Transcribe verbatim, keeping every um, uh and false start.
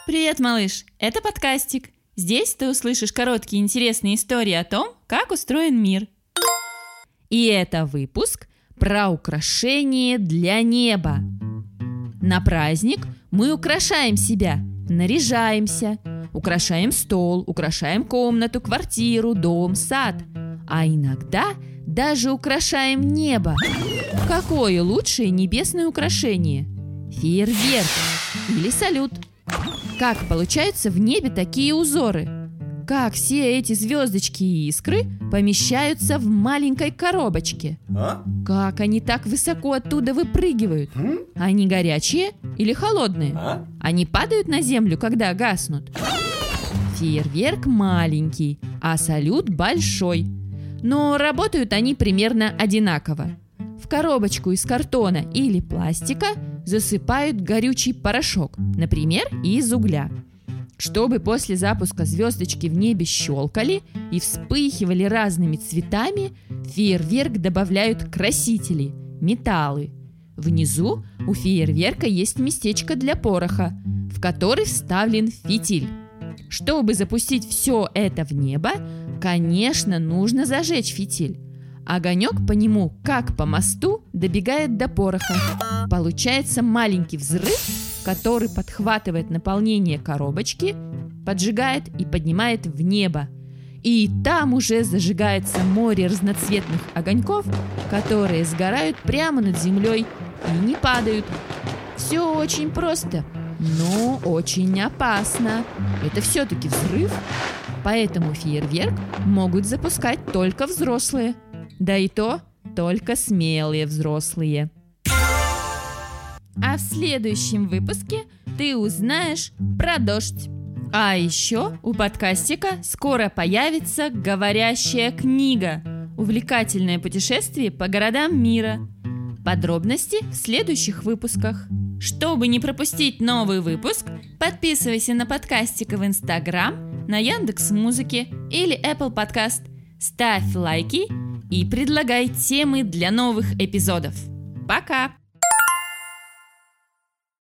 Привет, малыш! Это подкастик. Здесь ты услышишь короткие интересные истории о том, как устроен мир. И это выпуск про украшение для неба. На праздник мы украшаем себя, наряжаемся, украшаем стол, украшаем комнату, квартиру, дом, сад. А иногда даже украшаем небо. Какое лучшее небесное украшение? Фейерверк или салют. Как получаются в небе такие узоры? Как все эти звездочки и искры помещаются в маленькой коробочке? А? Как они так высоко оттуда выпрыгивают? Они горячие или холодные? А? Они падают на землю, когда гаснут? Фейерверк маленький, а салют большой. Но работают они примерно одинаково. В коробочку из картона или пластика засыпают горючий порошок, например, из угля. Чтобы после запуска звездочки в небе щелкали и вспыхивали разными цветами, в фейерверк добавляют красители, металлы. Внизу у фейерверка есть местечко для пороха, в который вставлен фитиль. Чтобы запустить все это в небо, конечно, нужно зажечь фитиль. Огонек по нему, как по мосту, добегает до пороха. Получается маленький взрыв, который подхватывает наполнение коробочки, поджигает и поднимает в небо. И там уже зажигается море разноцветных огоньков, которые сгорают прямо над землей и не падают. Все очень просто, но очень опасно. Это все-таки взрыв, поэтому фейерверк могут запускать только взрослые. Да и то только смелые взрослые. А в следующем выпуске ты узнаешь про дождь. А еще у подкастика скоро появится говорящая книга. Увлекательное путешествие по городам мира. Подробности в следующих выпусках. Чтобы не пропустить новый выпуск, подписывайся на подкастика в Инстаграм, на Яндекс.Музыке или Apple Podcast. Ставь лайки и предлагай темы для новых эпизодов. Пока!